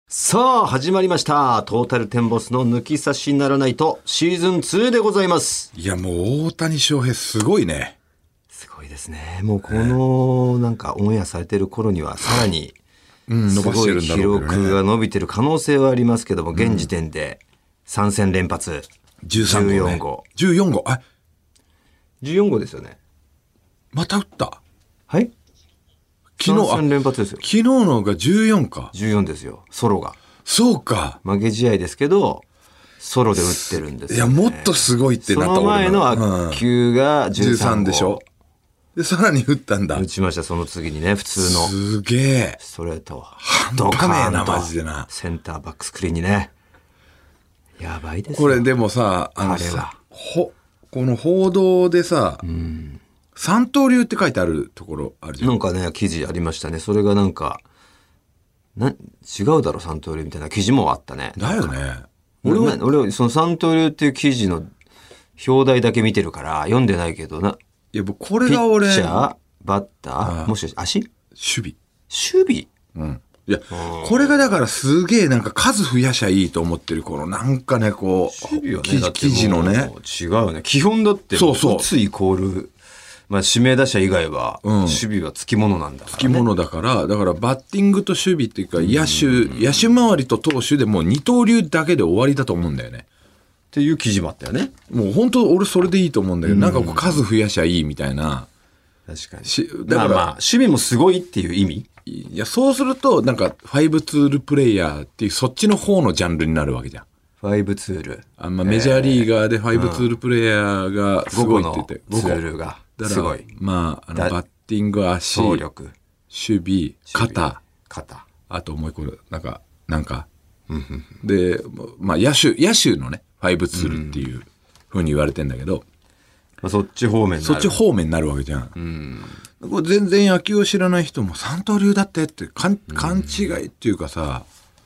さあ始まりました。トータルテンボスの抜き差しならないとシーズン2でございます。 いやもう大谷翔平すごいね。 すごいですね。もうこのなんかオンエアされてる頃にはさらにすごい記録が伸びてる可能性はありますけども、現時点で3戦連発 13号、ね、14号 14号ですよね。 また打った。 はい、昨日3戦連発ですよ。 昨日のが14か。 14ですよ、ソロが。 そうか、 負け試合ですけどソロで打ってるんですよ、ね。 いやもっとすごいってなった。 その前の悪球が13号でしょ。でさらに打ったんだ。 打ちました。その次にね、普通のすげえストレートドカーンとマジでなセンターバックスクリーンにね。やばいですよこれ。でもさ、この報道でさ、三刀流って書いてあるところあるじゃん。 なんかね、記事ありましたね。それがなんか違うだろ三刀流みたいな記事もあったね。 だよね。 俺はその三刀流っていう記事の表題だけ見てるから読んでないけどな。 いやこれが俺ピッチャーバッターもしかして足守備、 いやこれがだからすげえなんか数増やしゃいいと思ってるこのなんかねこう守備はね、 記事のね違うよね。基本だってそう打つイコール、まあ、指名打者以外は守備はつきものなんだから、ね、 つきものだからバッティングと守備っていうか野手周りと投手でもう二刀流だけで終わりだと思うんだよねっていう記事もあったよね。 もう本当俺それでいいと思うんだけど、なんかこう数増やしゃいいみたいな。 確かに。 だから、 守備もすごいっていう意味。 いやそうするとなんかファイブツールプレイヤーっていうそっちの方のジャンルになるわけじゃん。 ファイブツール。 メジャーリーガーでファイブツールプレイヤーがすごいって言って。 ツールがすごい。 バッティング、足、 走力、 守備、肩。あともう一個なんかで、野手のねファイブツールっていう風に言われてんだけど、 そっち方面になるわけじゃん。これ全然野球を知らない人も三刀流だって勘違いっていうかさ、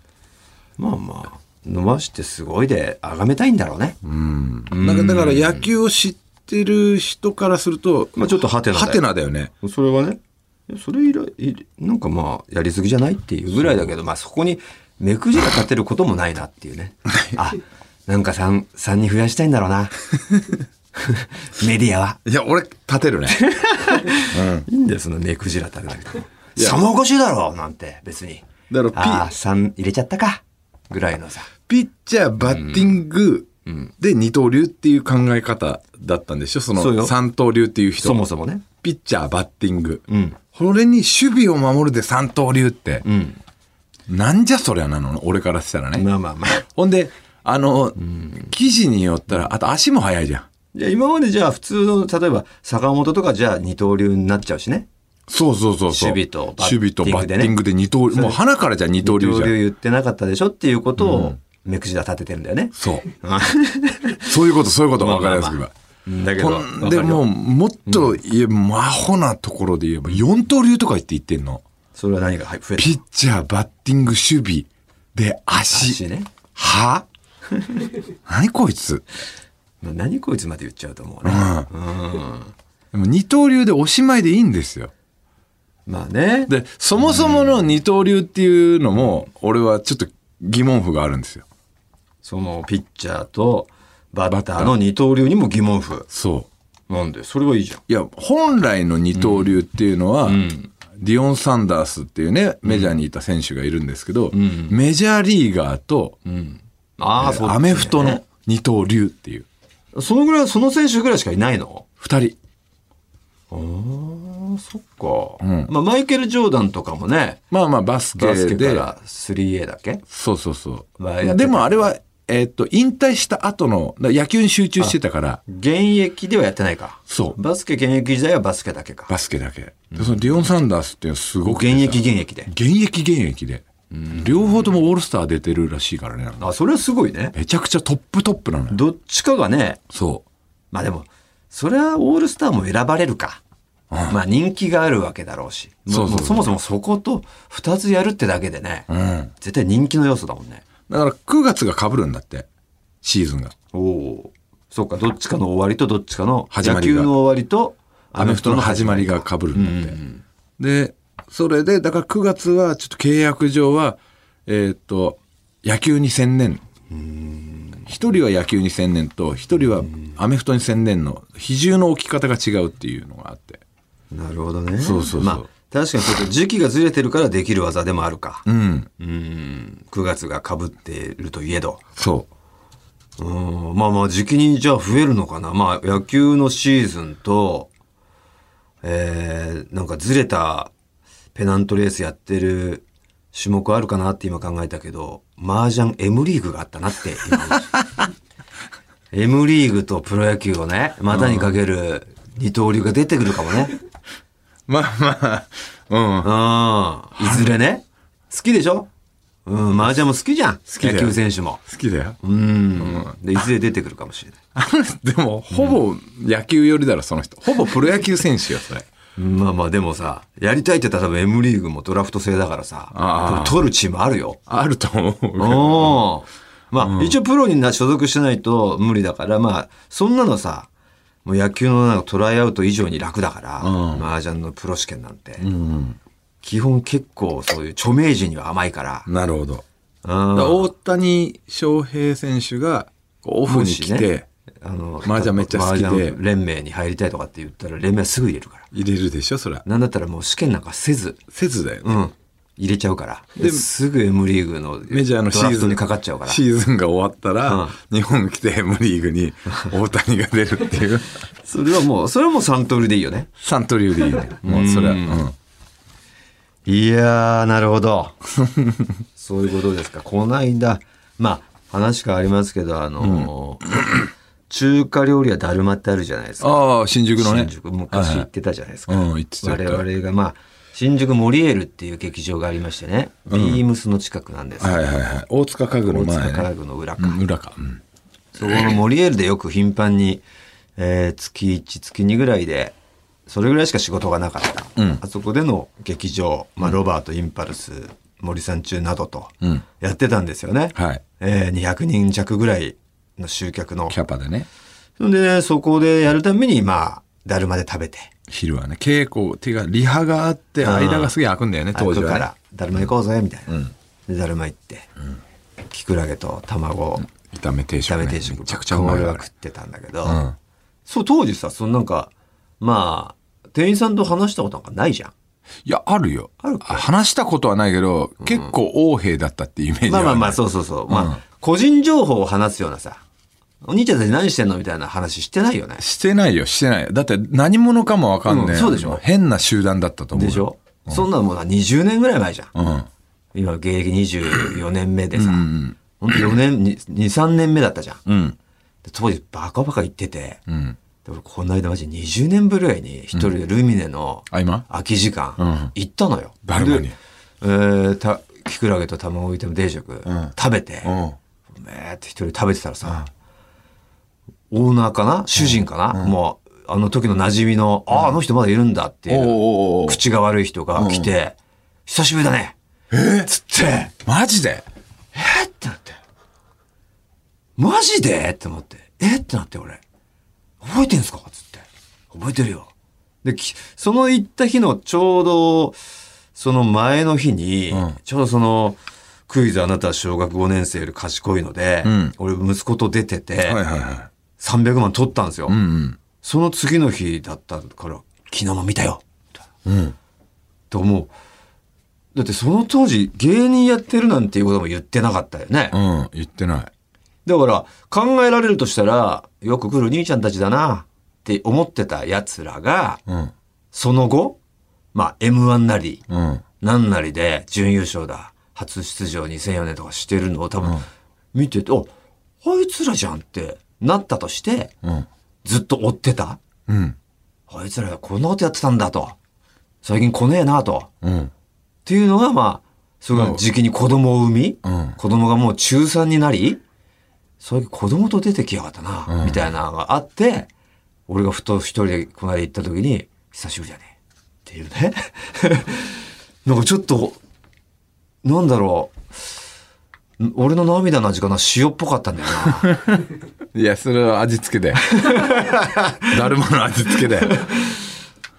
伸ばしてすごいで崇めたいんだろうね。 だから野球を知ってる人からすると、 ちょっとハテナだよね。 それはね、それ以来なんかやりすぎじゃないっていうぐらいだけど、そこに目くじら立てることもないなっていうね。なんか3に増やしたいんだろうな。メディアは。 いや俺立てるね。 いいんだよその目くじら立てなくても。そのおかしいだろうなんて別に。 だから 3入れちゃったかぐらいのさ。 ピッチャーバッティングで二刀流っていう考え方だったんでしょ。その三刀流っていう人。 そもそもね。 ピッチャーバッティング。これに守備を守るで三刀流って。なんじゃそりゃなの俺からしたらね。ほんで記事によったらあと足も速いじゃん。 いや今までじゃあ普通の例えば坂本とかじゃあ二刀流になっちゃうしね。 そう守備とバッティングで二刀流。もう鼻からじゃ二刀流じゃん。 二刀流言ってなかったでしょっていうことを目くじら立ててるんだよね。 そういうこと分かりやすく言えば。 だけどでももっとアホなところで言えば四刀流とか言ってんの。 それは何が増えた？ ピッチャーバッティング守備で足ね。 は何こいつ何こいつまで言っちゃうと思うね。 でも二刀流でおしまいでいいんですよ。でそもそもの二刀流っていうのも俺はちょっと疑問符があるんですよ。 そのピッチャーとバッターの二刀流にも疑問符。なんでそれはいいじゃん。 いや本来の二刀流っていうのは、ディオン・サンダースっていうねメジャーにいた選手がいるんですけど、メジャーリーガーと、アメフトの二刀流っていう、 その選手ぐらいしかいないの 2人。 そっか。マイケル・ジョーダンとかもね。 バスケから 3A だっけ。 そうでもあれは引退した後の野球に集中してたから現役ではやってないか。バスケ現役時代はバスケだけか。 でそのディオン・サンダースっていうのはすごく現役で両方ともオールスター出てるらしいからね。 それはすごいね。 めちゃくちゃトップなのよ。 どっちかがね。でもそれはオールスターも選ばれるか。人気があるわけだろうし、そもそもそこと2つやるってだけでね、絶対人気の要素だもんね。 だから9月が被るんだってシーズンが。 そうか、どっちかの終わりとどっちかの野球の終わりとアメフトの始まりが被るんだって。でそれでだから9月はちょっと契約上は野球に専念。一人は野球に専念と、一人はアメフトに専念の比重の置き方が違うっていうのがあって。 なるほどね。 そうそうそう。まあ、 確かにちょっと時期がずれてるからできる技でもあるか。 9 月が被っているといえど。 そう。 まあまあ時期にじゃあ増えるのかな。まあ野球のシーズンと、なんかずれたペナントレースやってる種目あるかなって今考えたけど、麻雀 M リーグがあったなって今M リーグとプロ野球をね、股にかける二刀流が出てくるかもね。 まあまあ、 いずれね。好きでしょ？麻雀も好きじゃん。野球選手も。 好きだよ。 で、いずれ出てくるかもしれない。 でも、ほぼ野球寄りだろ、その人。ほぼプロ野球選手よ、それ。 まあまあ、でもさ、やりたいって言ったら多分 M リーグもドラフト制だからさ、取るチームあるよ。 あると思う。まあ、一応プロに所属してないと無理だから、まあ、そんなのさ、もう野球のなんかトライアウト以上に楽だから、麻雀のプロ試験なんて。基本結構そういう著名人には甘いから。 なるほど。大谷翔平選手がオフに来て、麻雀めっちゃ好きで。 連盟に入りたいとかって言ったら連盟はすぐ入れるから。 入れるでしょ、それ。 なんだったらもう試験なんかせずだよね。 入れちゃうから。ですぐ M リーグのメジャーのドラフトにかかっちゃうから。 シーズンが終わったら、日本来て M リーグに大谷が出るっていう。 それはもうサントリーでいいよね。 サントリーでいいね。もうそれは。 いやー、なるほど。そういうことですか。この間、まあ、話変わりますけど、中華料理はだるまってあるじゃないですか。 ああ、新宿のね。 新宿、昔行ってたじゃないですか。 行ってた。 我々が、まあ、新宿モリエールっていう劇場がありましてね、ビームスの近くなんですよ。 大塚家具の前。 大塚家具の裏か。 裏か。 そこのモリエールでよく頻繁に、月1、月2ぐらいで、それぐらいしか仕事がなかった。あそこでの劇場、ロバート・インパルス、森三中などとやってたんですよね。200人弱ぐらいの集客の。 キャパでね。 で、そこでやるために、だるまで食べて。 昼はね、稽古、っていうか、リハがあって、間がすげえ開くんだよね、当時は。 開くから、だるま行こうぜ、みたいな。で、だるま行って、きくらげと卵、 炒め定食。 めちゃくちゃうまい。俺は食ってたんだけど、そう、当時さ、なんか、店員さんと話したことなんかないじゃん。 いや、あるよ。話したことはないけど、結構横柄だったっていうイメージはまあ、そう。個人情報を話すようなさ、お兄ちゃんたち何してんのみたいな話してないよね。 してないよ。だって何者かもわかんない。 そうでしょ。 変な集団だったと思う。 でしょ。そんなのもう20年ぐらい前じゃん。今、芸歴24年目でさ、ほんと4年、2、3年目だったじゃん。当時バカバカ言ってて、で俺この間マジ20年ぶりぐらいに一人でルミネの空き時間行ったのよ。 だるまに。 きくらげと卵炒め定食食べて、って一人食べてたらさ、オーナーかな主人かな、もうあの時の馴染みの、あの人まだいるんだっていう口が悪い人が来て、久しぶりだねつってマジでってなって、マジでって思って、ってなって、俺覚えてんすかつって。覚えてるよ。で、その行った日のちょうど、その前の日に、ちょうどその、クイズあなたは小学5年生より賢いので、俺息子と出てて、300万取ったんですよ。その次の日だったから、昨日も見たよ。と思う。だってその当時、芸人やってるなんていうことも言ってなかったよね。 言ってない。 だから考えられるとしたら、よく来る兄ちゃんたちだなって思ってた奴らが、その後、M1 なり、何なりで準優勝だ、初出場2004年とかしてるのを多分見てて、あいつらじゃんってなったとして、ずっと追ってた。あいつらこんなことやってたんだと。最近来ねえなと。っていうのがその時期に子供を産み、子供がもう中3になり、そういう子供と出てきやがったな、みたいなのがあって、俺がふと一人でこの間行った時に、久しぶりだね。っていうね。なんかちょっと、なんだろう。俺の涙の味かな、塩っぽかったんだよな。 いや、それは味付けで。だるまの味付けで。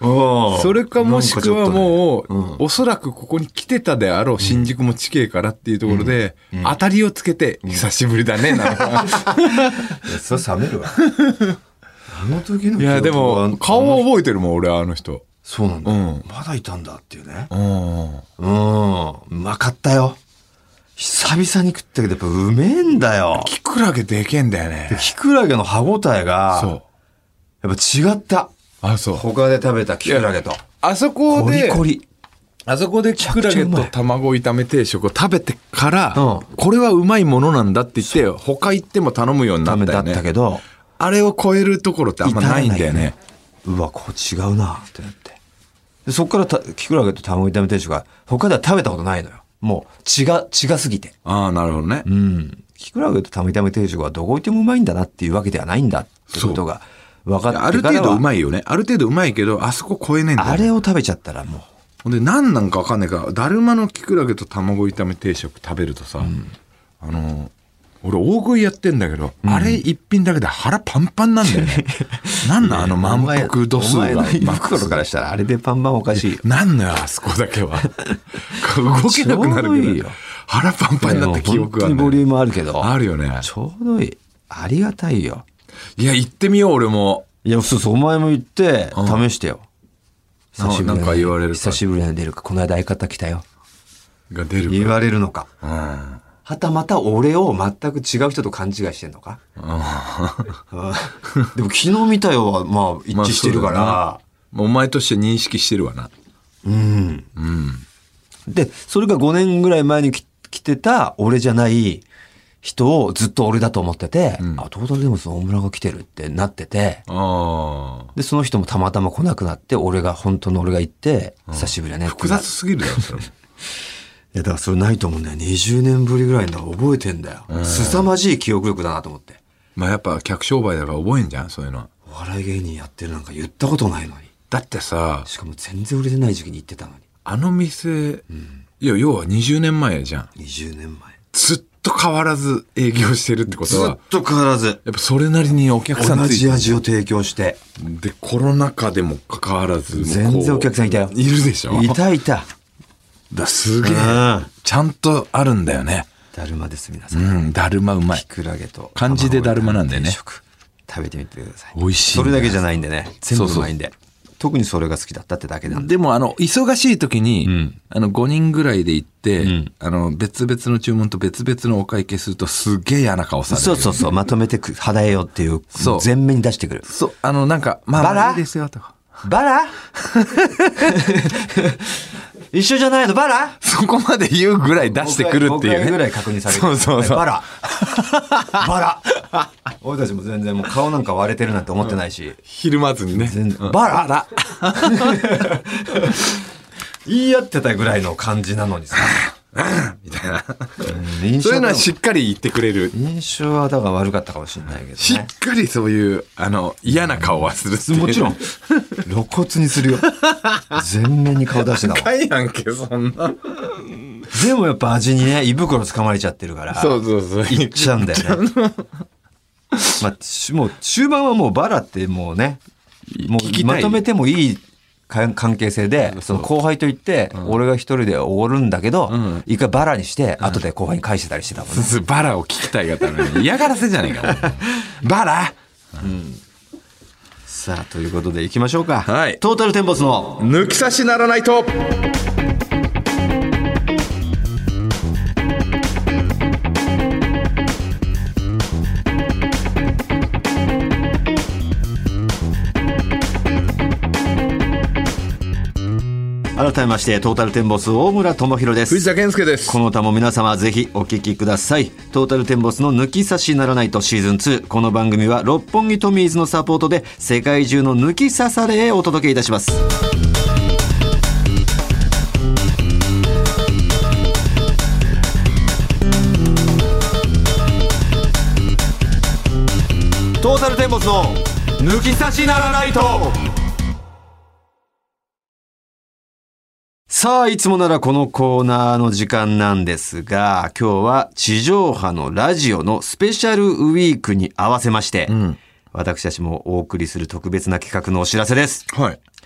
それかもしくはもう、おそらくここに来てたであろう新宿も地形からっていうところで、当たりをつけて、久しぶりだね、なんか。 それ冷めるわ。あの時のいや、でも、顔は覚えてるもん、俺、あの人。 そうなんだ。まだいたんだっていうね。うまかったよ。久々に食ったけど、やっぱうめえんだよ。 キクラゲでけえんだよね。 キクラゲの歯応えが、そう。やっぱ違った。 あ、そう。 他で食べたキクラゲと。 あそこで、 コリコリ。 あそこでキクラゲと卵炒め定食を食べてから、これはうまいものなんだって言って、他行っても頼むようになったよね。 だったけど、 あれを超えるところってあんまないんだよね。 うわ、こう違うなってなって。でそっからキクラゲと卵炒め定食が他では食べたことないのよ。もう違すぎて。 ああ、なるほどね。 キクラゲと卵炒め定食はどこ行ってもうまいんだなっていうわけではないんだってことが分かってからは。 ある程度うまいよね。ある程度うまいけど、あそこ超えねえんだよ、ね。 あれを食べちゃったらもう。 ほんで何なんか分かんないから、だるまのキクラゲと卵炒め定食食べるとさ、俺大食いやってんだけど、あれ一品だけで腹パンパンなんだよね。なんだ満腹度数が。お前の胃袋からしたらあれでパンパンおかしいよ。 なんのよ、あそこだけは。動けなくなるぐらい。腹パンパンになった記憶がある、 本当にボリュームあるけど。 あるよね。 ちょうどいい。ありがたいよ。 いや、行ってみよう、俺も。 いや、そうそう、お前も行って、試してよ。 なんか言われるか。 久しぶりに出るか。この間相方来たよ。 が出るか。 言われるのか。はたまた俺を全く違う人と勘違いしてんのか。でも昨日見たよはまあ一致してるから、 お前として認識してるわな。 でそれが5年ぐらい前に来てた俺じゃない人をずっと俺だと思ってて、トータルテンボスの大村が来てるってなってて、でその人もたまたま来なくなって、本当の俺が行って久しぶりだねって。 複雑すぎるよそれ。 いやだからそれないと思うんだよ。20年ぶりぐらいの覚えてんだよ。凄まじい記憶力だなと思って。 まあやっぱ客商売だから覚えんじゃん、そういうのは。 お笑い芸人やってるなんか言ったことないのに。 だってさ、 しかも全然売れてない時期に行ってたのに。 あの店、いや要は20年前じゃん。 20年前。 ずっと変わらず営業してるってことは。 ずっと変わらず。やっぱそれなりにお客さんついて同じ味を提供して。 で、コロナ禍でも関わらず。 全然お客さんいたよ。 いるでしょ。 いた。 すげえ。ちゃんとあるんだよね。 だるまです、皆さん。 だるまうまい。 キクラゲと。 漢字でだるまなんだよね。 食べてみてください。 美味しい。 それだけじゃないんでね。全部うまいんで。特にそれが好きだったってだけなんで。 でも忙しい時に、5人ぐらいで行って、別々の注文と別々のお会計するとすげえ嫌な顔される。 そう。まとめて肌えよっていう。全面に出してくる。 そう。なんか、まあ、いいですよ、とか。 バラ一緒じゃないのバラそこまで言うぐらい出してくるっていうね。 5回ぐらい確認される。 そう。 バラ俺たちも全然もう顔なんか割れてるなんて思ってないし。 ひるまずにね。 バラ言い合ってたぐらいの感じなのにさ。 みたいな。そういうのはしっかり言ってくれる。 印象はだから悪かったかもしれないけどね。 しっかりそういう、嫌な顔はするっていう。 もちろん。露骨にするよ。全面に顔出してたもん。 かいやんけ、そんな。 でもやっぱ味にね、胃袋掴まれちゃってるから。 そう。 いっちゃうんだよね。まあ、もう中盤はもうバラってもうね、もうまとめてもいい関係性で、その後輩と言って、俺が一人でおごるんだけど、一回バラにして、後で後輩に返してたりしてたもんね。 バラを聞きたいがために嫌がらせじゃねえか。バラさあ、ということで行きましょうか。 はい。 トータルテンボスの抜き差しならないと。 改めましてトータルテンボス大村智弘です。 藤田健介です。 この歌も皆様ぜひお聞きください。トータルテンボスの抜き差しならないとシーズン2。この番組は六本木トミーズのサポートで世界中の抜き差されへお届けいたします。トータルテンボスの抜き差しならないと。さあ、いつもならこのコーナーの時間なんですが、今日は地上波のラジオのスペシャルウィークに合わせまして、私たちもお送りする特別な企画のお知らせです。 はい。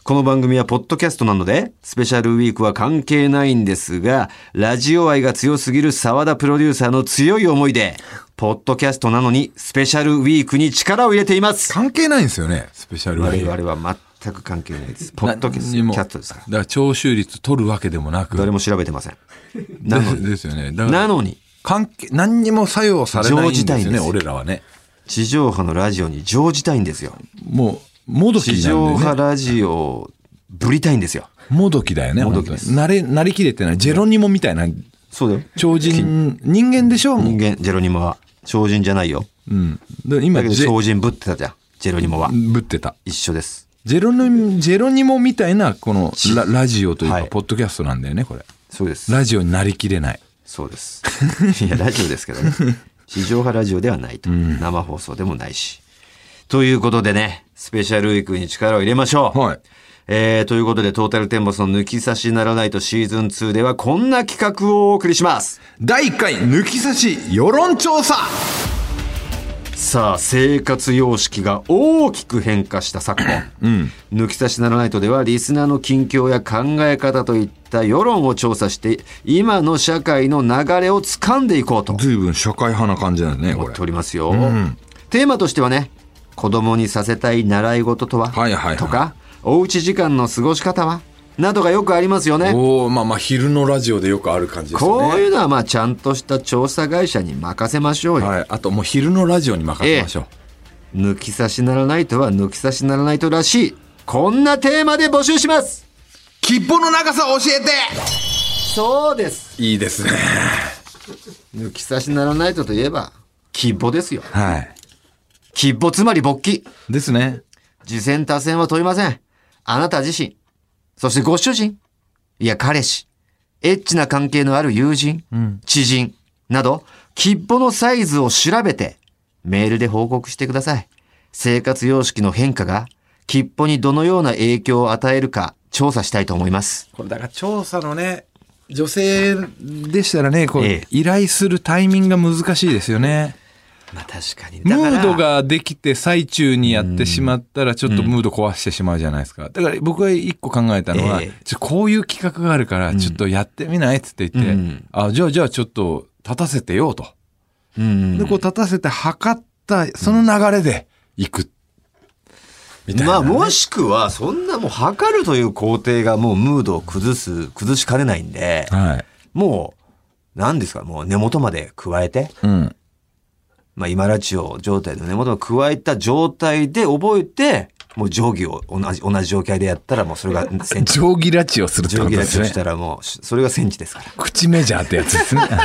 この番組はポッドキャストなので、スペシャルウィークは関係ないんですが、ラジオ愛が強すぎる澤田プロデューサーの強い思いで、ポッドキャストなのにスペシャルウィークに力を入れています。 関係ないんですよね、スペシャルウィーク。 我々は全く関係ないです。ポッドキャストですから。 だから聴取率取るわけでもなく。 誰も調べてません。 なのに。ですよね。だからなのに。 何にも作用されないんですよね、俺らはね。 地上波のラジオに乗じたいんですよ。 もう、もどきなんでね。 地上波ラジオぶりたいんですよ。 もどきだよね。もどきです。なりきれてない。ジェロニモみたいな。 そうだよ。 超人、人間でしょ？ 人間、ジェロニモは。超人じゃないよ。 うん。今だけど超人ぶってたじゃん。ジェロニモは。 ぶってた。 一緒です。 ジェロニモみたいな、このラジオというか、ポッドキャストなんだよね、これ。 そうです。 ラジオになりきれない。 そうです。いや、ラジオですけどね。地上波ラジオではないと。生放送でもないし。ということでね、スペシャルウィークに力を入れましょう。 はい。 ということで、トータルテンボスの抜き差しならないとシーズン2ではこんな企画をお送りします。 第1回抜き差し世論調査。 さあ、生活様式が大きく変化した昨今、抜き差しならないとではリスナーの近況や考え方といった世論を調査して今の社会の流れを掴んでいこうと。 随分社会派な感じなんですね、これ。 思っておりますよ。テーマとしてはね、子供にさせたい習い事とは、とか、おうち時間の過ごし方はなどがよくありますよね。 昼のラジオでよくある感じですよね。 こういうのはちゃんとした調査会社に任せましょうよ。 はい。あともう昼のラジオに任せましょう。抜き差しならないとは抜き差しならないとらしい。こんなテーマで募集します。 切符の長さを教えて。 そうです。 いいですね。 抜き差しならないとといえば、切符ですよ。 はい。 切符つまり勃起。 ですね。 次戦多戦は問いません。あなた自身。そしてご主人、いや彼氏、エッチな関係のある友人、知人など、切符のサイズを調べて、メールで報告してください。生活様式の変化が、切符にどのような影響を与えるか、調査したいと思います。 これだから調査のね、女性でしたらね、依頼するタイミングが難しいですよね。 確かに。 ムードができて最中にやってしまったらちょっとムード壊してしまうじゃないですか。だから僕が一個考えたのは、こういう企画があるからちょっとやってみないっつって言って、じゃあちょっと立たせてよと。で、立たせて測ったその流れで行く。みたいなね。 もしくはそんなもう測るという工程がもうムードを崩しかねないんで、もう何ですか、もう根元まで加えて、今ラチオ状態の根元を加えた状態で覚えて、もう定規を同じ状態でやったらもうそれがセンチ。 定規ラチオするってことですね。 定規ラチオしたらもうそれがセンチですから。 口メジャーってやつですね。め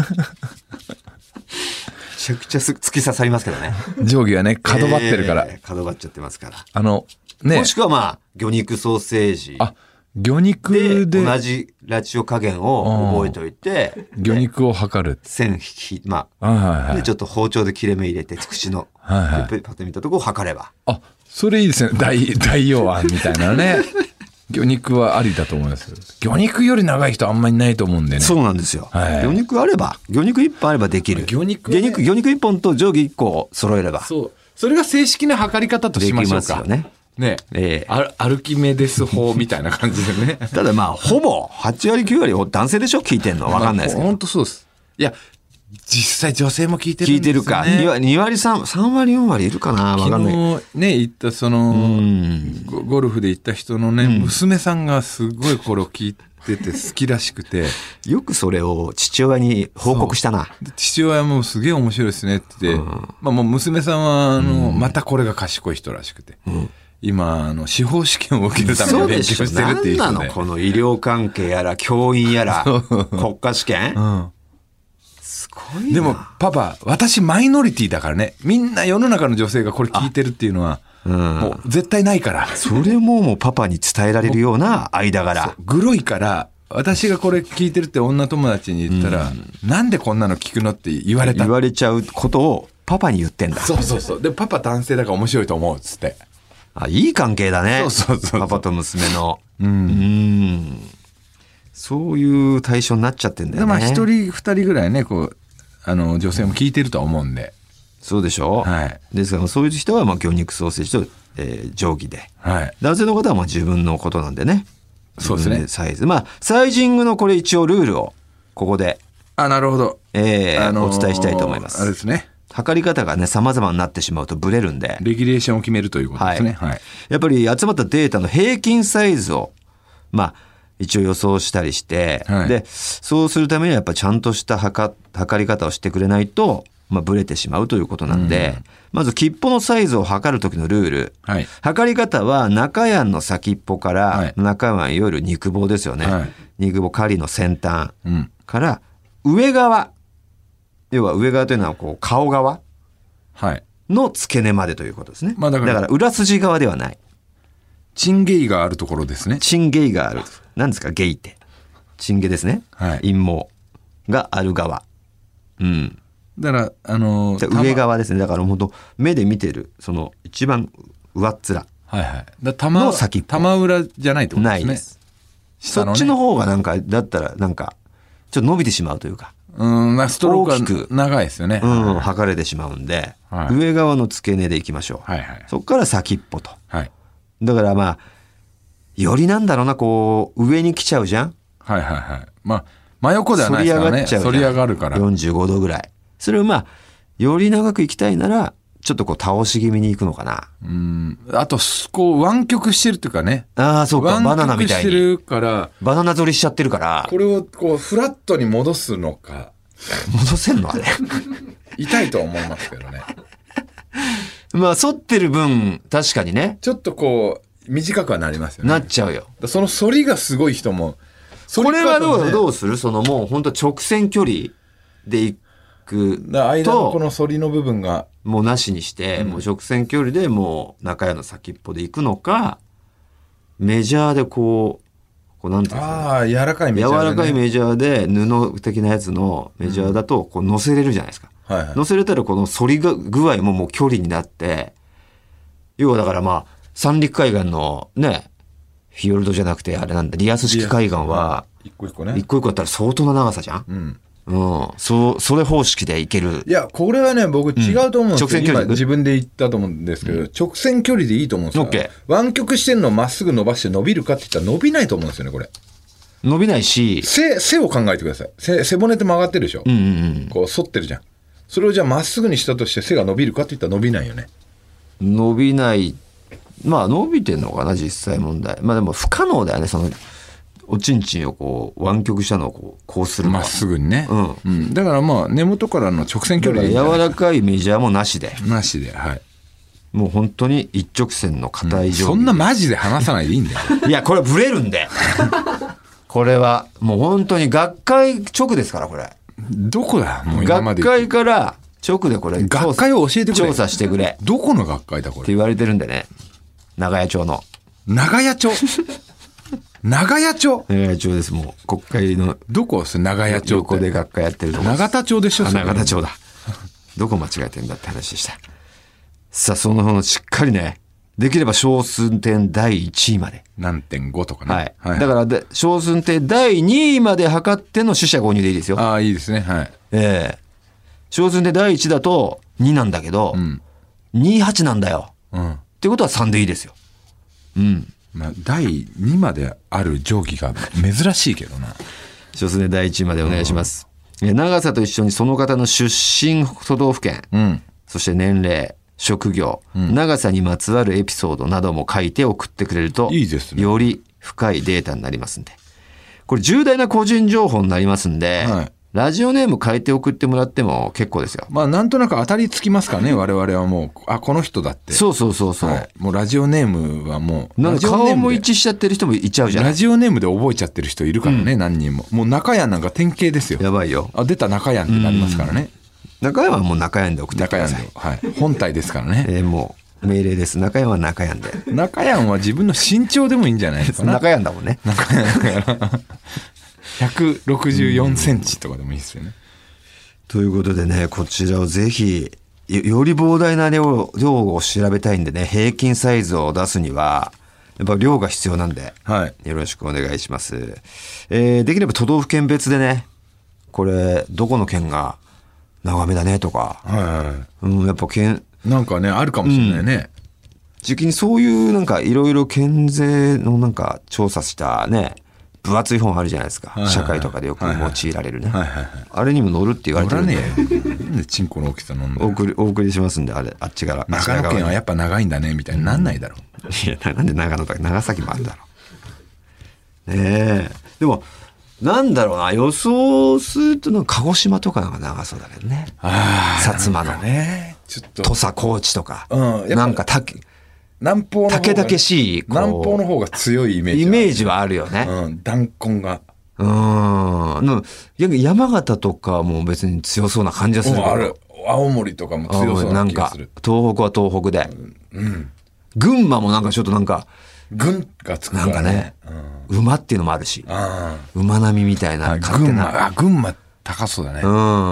ちゃくちゃ突き刺さりますけどね。 定規はね、角張ってるから。 角張っちゃってますから。 ね。 もしくは魚肉ソーセージ。 魚肉で同じラチオ加減を覚えておいて、 魚肉を測る。 線でちょっと包丁で切れ目入れて口のパッと見たところを測れば。 それいいですね。大用案みたいなね。魚肉はありだと思います。魚肉より長い人あんまりないと思うんでね。 そうなんですよ。魚肉1本あればできる。魚肉1本と定規1個揃えれば。 それが正式な測り方としましょうか。 できますよね。 アルキメデス法みたいな感じでね。 ただほぼ8割9割男性でしょ、聞いてんの。分かんないですけど。 本当そうです。いや、実際女性も聞いてるんですよね。聞いてるか。 2割3割4割いるかな、分かんない。 昨日ね、行ったゴルフで行った人のね、娘さんがすごいこれを聞いてて好きらしくて。 よくそれを父親に報告したな。 父親もすげえ面白いですねって言って、もう娘さんはまたこれが賢い人らしくて。今司法試験を受けるために勉強してるっていう人で。 何なのこの医療関係やら教員やら国家試験、すごいな。 でもパパ、私マイノリティだからね。みんな世の中の女性がこれ聞いてるっていうのはもう絶対ないから。 それもうパパに伝えられるような間柄。 グロいから、私がこれ聞いてるって女友達に言ったら、なんでこんなの聞くのって言われちゃうことをパパに言ってんだ。 そうで、パパ男性だから面白いと思うっつって。 いい関係だね。パパと娘の。そういう対象になっちゃってんだよね。 一人二人ぐらいね、女性も聞いてるとは思うんで。 そうでしょ。ですからそういう人は魚肉ソーセージと定規で、 はい、 男性の方はまあ自分のことなんでね。 そうですね。 サイズ。まあ、サイジングのこれ一応ルールをここで。 なるほど。 お伝えしたいと思います。 あれですね。 測り方がね、様々になってしまうとブレるんで。 レギュレーションを決めるということですね。 はい。やっぱり集まったデータの平均サイズを、まあ、一応予想したりして、はい、で、そうするためにはやっぱちゃんとした測り方をしてくれないと、まあ、ブレてしまうということなんで、まず切符のサイズを測る時のルール、はい、測り方は中やんの先っぽから、はい、中やんいわゆる肉棒ですよね、はい、肉棒針の先端から上側、要は上側というのはこう顔側の付け根までということですね、まあ、だから裏筋側ではない。 チンゲイがあるところですね。 チンゲイがある。何ですかゲイって。チンゲですね、はい、陰毛がある側、うん、 だから上側ですね。だから本当目で見てるその一番上っ面の先っぽ、 玉裏じゃないってことですね。 ないです。そっちの方がなんかだったらなんかちょっと伸びてしまうというか、 ストロークが長いですよね。 測れてしまうんで、はい、上側の付け根でいきましょう。はいはい、そこから先っぽと。はい、だからまあよりなんだろうな、こう上に来ちゃうじゃん。 はいはいはい。まあ真横ではないですからね。反り上がるから。 45度ぐらい。それをまあより長く行きたいならちょっとこう倒し気味に行くのかな。 あとこう湾曲してるっていうかね。 そうか、バナナみたいに。 湾曲してるからバナナ反りしちゃってるから。 これをこうフラットに戻すのか。 戻せんのあれ。 痛いとは思いますけどね。 まあ反ってる分確かにね。 ちょっとこう短くはなりますよね。 なっちゃうよ。 その反りがすごい人も。 これはどうする？そのもう本当直線距離で行くと、 間のこの反りの部分がもうなしにして、もう直線距離でもう中屋の先っぽで行くのか、メジャーでこうなんていうんですかね。 柔らかいメジャーで、ね。 柔らかいメジャーで布的なやつのメジャーだとこう乗せれるじゃないですか。はいはい、乗せれたらこの反り具合ももう距離になって、要はだからまあ三陸海岸のね。フィヨルドじゃなくてあれなんだ、リアス式海岸は一個一個ね、 一個一個だったら相当な長さじゃん。それ方式でいける。 いやこれはね僕違うと思うんですけど、今自分で言ったと思うんですけど、直線距離でいいと思うんですよ。湾曲してんのをまっすぐ伸ばして伸びるかって言ったら伸びないと思うんですよね。これ伸びないし、 背を考えてください。背骨って曲がってるでしょ、こう反ってるじゃん。それをじゃあまっすぐにしたとして背が伸びるかって言ったら伸びないよね。 伸びない。まあ伸びてんのかな実際問題。まあでも不可能だよね。そのおちんちんをこう湾曲したのをこうするまっすぐにね、だからまあ根元からの直線距離でいいんじゃないですか。 柔らかいメジャーもなしではい。 もう本当に一直線の硬い状態、 そんなマジで話さないでいいんだよ。 いやこれブレるんでこれはもう本当に学会直ですから。これどこだもう今まで学会から直でこれ学会を教えてくれ、 調査してくれ。 どこの学会だこれって言われてるんでね。長屋町の長屋町長屋町です。もう国会のどこです長屋町横で学会やってるとこ。 長田町でしょ。 長田町だ。どこ間違えてんだって話でした。さあそのしっかりね、できれば小数点第1位まで何点5とかね、 はい、だから小数点第2位まで測っての取捨購入でいいですよ。 いいですね。はい。 小数点第1だと2なんだけど、28なんだよ、ってことは3でいいですよ。 まあ、第2まである定規が珍しいけどな。 小数点第1までお願いします。長さと一緒にその方の出身都道府県、そして年齢、職業、長さにまつわるエピソードなども書いて送ってくれるといいですね。 より深いデータになりますんで、これ重大な個人情報になりますんで、ラジオネーム変えて送ってもらっても結構ですよ。 まあなんとなく当たりつきますからね、我々はもうこの人だって。 そう、 もうラジオネームはもうなんか顔も一致しちゃってる人もいちゃうじゃん。 ラジオネームで覚えちゃってる人いるからね、何人も。もう中谷なんか典型ですよ。 やばいよ。 出た中谷ってなりますからね。 中谷はもう中谷で送ってください。 中谷で、本体ですからね。 もう命令です。中谷は中谷で。 中谷は自分の身長でもいいんじゃないですか。 中谷だもんね。 中谷だから164センチとかでもいいですよね。 ということでね、こちらをぜひより膨大な量を調べたいんでね、平均サイズを出すにはやっぱ量が必要なんで、よろしくお願いします。できれば都道府県別でね、これどこの県が長めだねとか、やっぱ県なんかねあるかもしれないね。 時期にそういうなんかいろいろ県税のなんか調査したね、分厚い本あるじゃないですか。 はいはい、 社会とかでよく用いられるね。 はいはいはい、 あれにも載るって言われてるんで。 なんでチンコの大きさ飲んでお送りしますんで、あれ、あっちから。 長野県はやっぱ長いんだね、みたいになんないだろう。いや、なんで長野だか長崎もあるんだろう。ねえ。でも、なんだろうな、予想するとの鹿児島とかなんか長そうだけどね。薩摩の。 ね。ちょっと。 土佐高知とか。 うん。 なんか南方の方が竹々しい南方の方が強いイメージはあるよね。 うん、弾痕が。 山形とかも別に強そうな感じがするけど。 ある。青森とかも強そうな気がする。 なんか東北は東北で、群馬もなんかちょっとなんか群がつくからなんかね、馬っていうのもあるし、馬並みみたいな勝手な。 群馬高そうだね。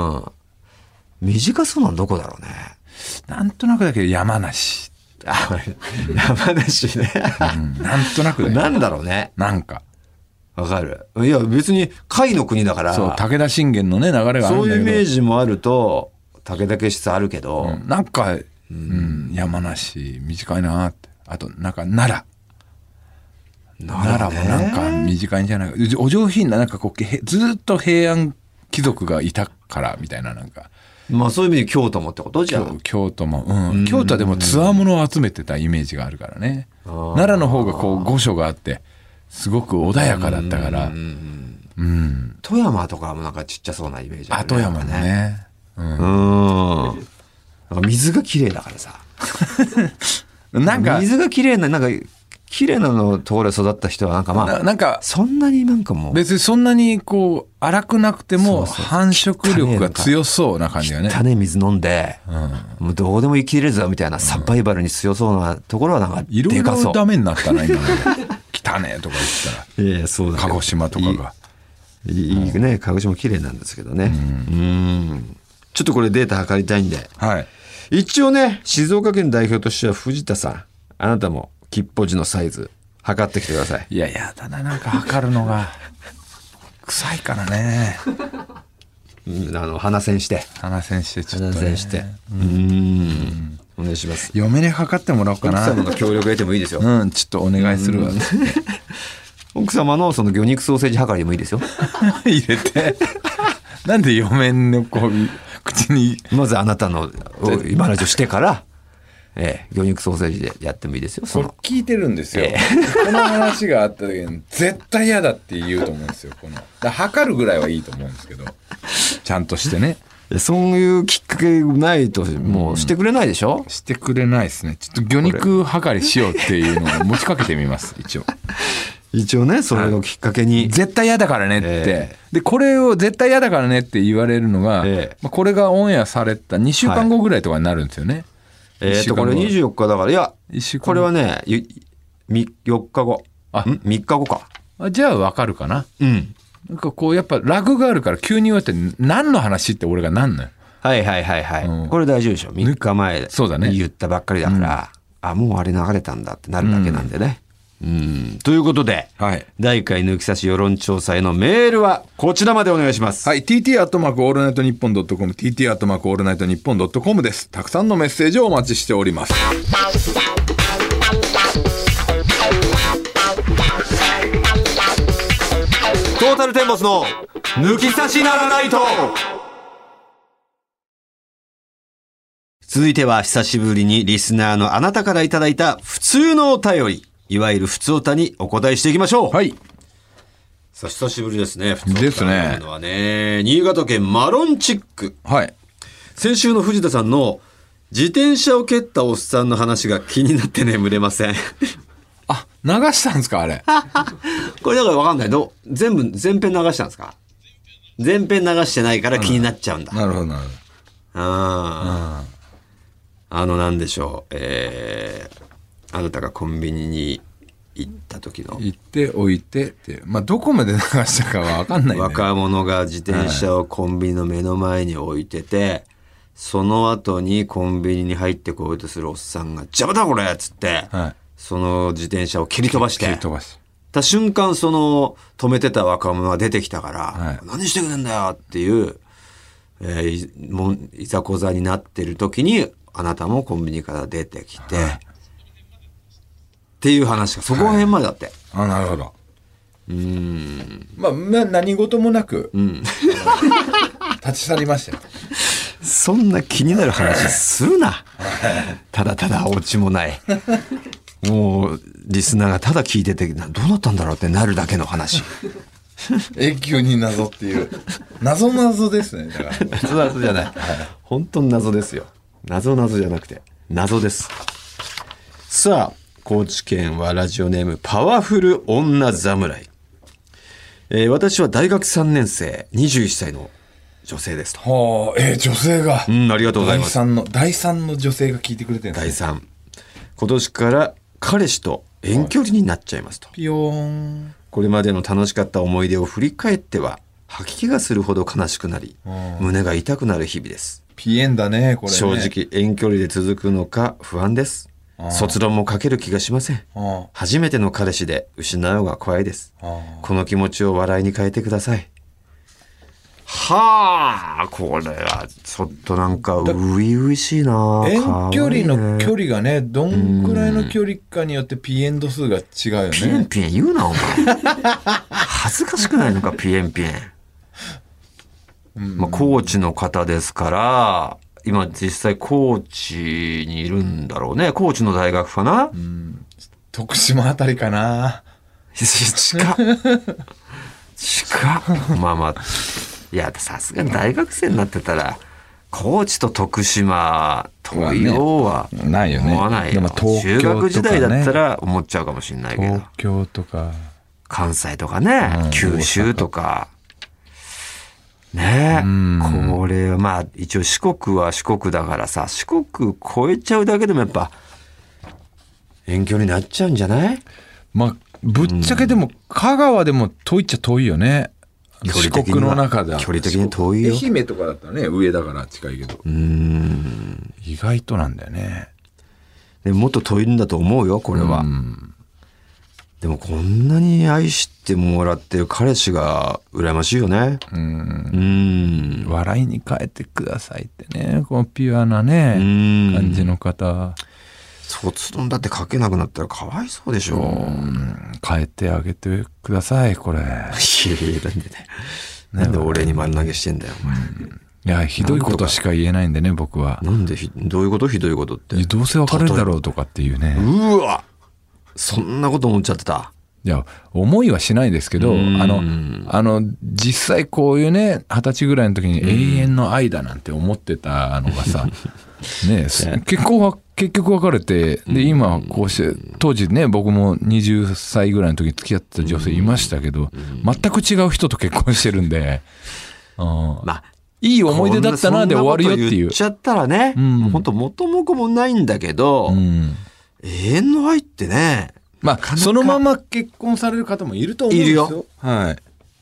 短そうなのどこだろうね。 なんとなくだけど山梨。 山梨ね。 なんとなくだよ。 なんだろうね。 なんか。 わかる。いや別に甲斐の国だから。 そう、武田信玄のね、流れがあるんだけど。 そういうイメージもあると、武田しさあるけど。 なんか、山梨短いなって。あと、なんか奈良もなんか短いんじゃないか。お上品な、なんかこう、ずっと平安貴族がいたからみたいな、なんか。 まあそういう意味で京都もってことじゃん。 京都も、京都はでもつわものを集めてたイメージがあるからね。奈良の方がこう御所があってすごく穏やかだったから。 富山とかもなんかちっちゃそうなイメージあるね。 富山ね。 なんか水が綺麗だからさ。 なんか水が綺麗ななんか。綺麗なのところで育った人はなんかまあなんかそんなになんかもう別にそんなにこう荒くなくても繁殖力が強そうな感じがね。 汚い水飲んで、もうどうでも生きれるぞみたいなサバイバルに強そうなところはなんかいろいろダメになったな今ね。汚ねとか言ったら。 いやそうだ。 鹿児島とかがいいね。鹿児島綺麗なんですけどね。ちょっとこれデータ測りたいんで、一応ね静岡県代表としては藤田さん、あなたも吉報寺のサイズ測ってきてください。 いやだな、なんか測るのが臭いからね。 鼻栓してちょっと、ね、 鼻栓してお願いします。 嫁に測ってもらおうかな。 奥様の協力得てもいいですよ。 ちょっとお願いするわ。 奥様のその魚肉ソーセージ測りでもいいですよ。 入れてなんで嫁のこう口にまずあなたの今ラジオしてから魚肉ソーセージでやってもいいですよ。 これ聞いてるんですよ、この話があった時に絶対嫌だって言うと思うんですよ。測るぐらいはいいと思うんですけど、ちゃんとしてね。 そういうきっかけないともうしてくれないでしょ。 してくれないですね。ちょっと魚肉測りしようっていうのを持ちかけてみます一応ね、それをきっかけに、 絶対嫌だからねって、でこれを絶対嫌だからねって言われるのが、これがオンエアされた2週間後ぐらいとかになるんですよね。 これ24日だから、いやこれはね4日後、3日後か。 じゃあ分かるかな。なんかこうやっぱラグがあるから急に言われて何の話って俺がなんのよ。これ大丈夫でしょ。3日前に言ったばっかりだから、あもうあれ流れたんだってなるだけなんでね。ということで、第1回抜き差し世論調査へのメールはこちらまでお願いします。 TT アットマークオールナイトニッポンドットコム TT アットマークオールナイトニッポンドットコムです。たくさんのメッセージをお待ちしております。 トータルテンボスの抜き差しならないと。続いては久しぶりにリスナーのあなたからいただいた普通のお便り、いわゆる普通おたにお答えしていきましょう。さあ久しぶりですね。普通おたというのはね、新潟県マロンチック。先週の藤田さんの自転車を蹴ったおっさんの話が気になって眠れません。 流したんですかあれ。 これだから分かんない。全編流したんですか。全編流してないから気になっちゃうんだ。 なるほどなるほど。なんでしょう。あなたがコンビニに行った時の。 行って置いてって。どこまで流したかは分かんないね。 若者が自転車をコンビニの目の前に置いてて、その後にコンビニに入ってこようとするおっさんが邪魔だこれっつって、その自転車を蹴り飛ばしてた瞬間、その止めてた若者が出てきたから、何してくれんだよっていう、いざこざになってる時にあなたもコンビニから出てきて、 っていう話がそこら辺までだって、 はい、なるほど。まあ何事もなく、立ち去りましたよ。 そんな気になる話するな。ただただオチもない。もうリスナーがただ聞いててどうなったんだろうってなるだけの話。 永久に謎っていう謎ですね。だから謎じゃない、はい、本当に謎ですよ。謎じゃなくて謎です。さあ高知県はラジオネームパワフル女侍。私は大学3年生21歳の女性ですと。 はあ、女性が、 ありがとうございます。 第3の女性が聞いてくれてるんですね。 第3。今年から彼氏と遠距離になっちゃいますと。 ピヨーン。 これまでの楽しかった思い出を振り返っては吐き気がするほど悲しくなり、胸が痛くなる日々です。 ピエンだねこれね。 正直遠距離で続くのか不安です。卒論も書ける気がしません。初めての彼氏で失うのが怖いです。この気持ちを笑いに変えてください。はあ、これはちょっとなんか初々しいな。 遠距離の距離がねどんくらいの距離かによってピエン度数が違うよね。 ピエンピエン言うなお前。恥ずかしくないのかピエンピエン。まあ高知の方ですから今実際高知にいるんだろうね。高知の大学かな。 徳島あたりかな。 近っまあいやさすがに大学生になってたら高知と徳島遠いようはないよね。 思わないよ。中学時代だったら思っちゃうかもしれないけど、 東京とか関西とかね、九州とかね、これはまあ一応四国は四国だからさ、四国越えちゃうだけでもやっぱ遠距離になっちゃうんじゃない？ まあぶっちゃけでも香川でも遠いっちゃ遠いよね。四国の中では距離的に遠いよ。 愛媛とかだったらね上だから近いけど、意外となんだよね。 でもっと遠いんだと思うよこれは。でもこんなに愛してもらってる彼氏が羨ましいよね。 笑いに変えてくださいってね、このピュアなね感じの方。 卒論だって書けなくなったらかわいそうでしょ。 変えてあげてくださいこれ。 なんで俺に丸投げしてんだよお前。 いやひどいことしか言えないんでね僕は。 なんでどういうこと？ひどいことってどうせ別れるだろうとかっていうね。 うわそんなこと思っちゃってた。 いや思いはしないですけど、実際こういうね20歳ぐらいの時に永遠の愛だなんて思ってたのがさね、結局別れて、で今こうして当時ね僕も20歳ぐらいの時付き合ってた女性いましたけど、全く違う人と結婚してるんで、まあいい思い出だったなで終わるよっていう。 言っちゃったらね、本当元も子もないんだけど、永遠の愛ってね、 まあそのまま結婚される方もいると思うんですよ。いるよ。はい。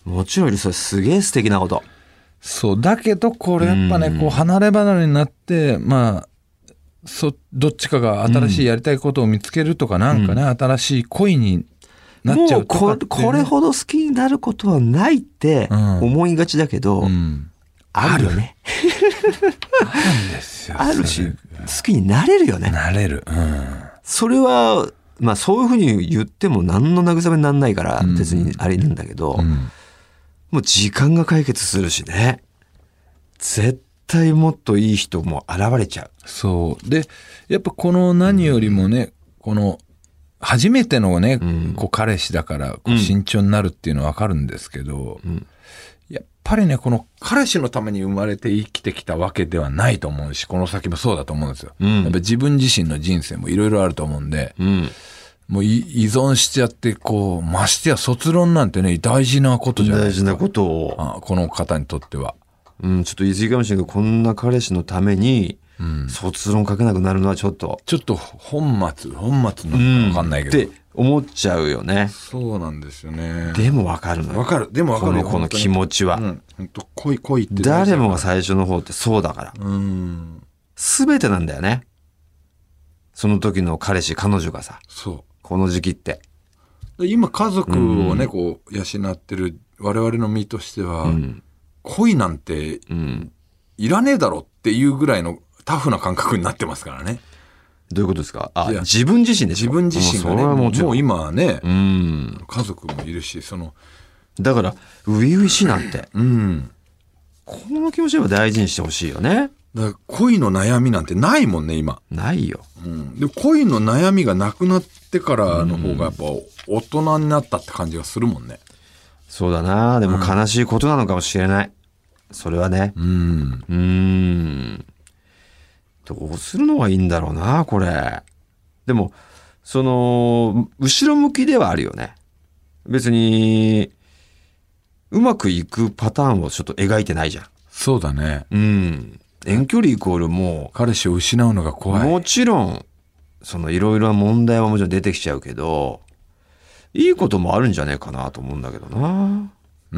もちろんいる。それすげえ素敵なこと。 そうだけどこれやっぱねこう離れ離れになってまあどっちかが新しいやりたいことを見つけるとかなんかね、新しい恋になっちゃうとかって、ね、 これほど好きになることはないって思いがちだけど、あるよね。 あるんですよ。 あるし好きになれるよね。 なれる。 それはまあそういうふうに言っても何の慰めにならないから別にあれなんだけど、もう時間が解決するしね。絶対もっといい人も現れちゃう。 そうでやっぱこの何よりもね、この初めてのね、こう彼氏だからこう慎重になるっていうのは分かるんですけど、やっぱりねこの彼氏のために生まれて生きてきたわけではないと思うし、この先もそうだと思うんですよ。やっぱ自分自身の人生もいろいろあると思うんで、もう依存しちゃってこうましてや卒論なんてね大事なことじゃないですか。 大事なことをこの方にとっては。 ちょっと言い過ぎかもしれないけどこんな彼氏のために卒論書けなくなるのはちょっと本末なのか分かんないけど、 って思っちゃうよね。 そうなんですよね。 でも分かるのよ。 分かる。でも分かるよこの気持ちは。 本当恋って誰もが最初の方ってそうだから。全てなんだよね。その時の彼氏彼女がさ、この時期って今家族をね、こう養ってる我々の身としては、恋なんていらねえだろっていうぐらいのタフな感覚になってますからね。 どういうことですか？自分自身でしょ。 自分自身がね、もう今はね、 家族もいるし、 だから初々しいなんて、この気持ちは大事にしてほしいよね。 だから恋の悩みなんてないもんね、今。 ないよ。 で恋の悩みがなくなってからの方がやっぱ大人になったって感じがするもんね。 そうだな。でも悲しいことなのかもしれない。それはね。どうするのがいいんだろうな、これ。でも、後ろ向きではあるよね。別に、うまくいくパターンをちょっと描いてないじゃん。 そうだね。 遠距離イコールもう、 彼氏を失うのが怖い。 もちろん、いろいろな問題はもちろん出てきちゃうけど、いいこともあるんじゃねえかなと思うんだけどな。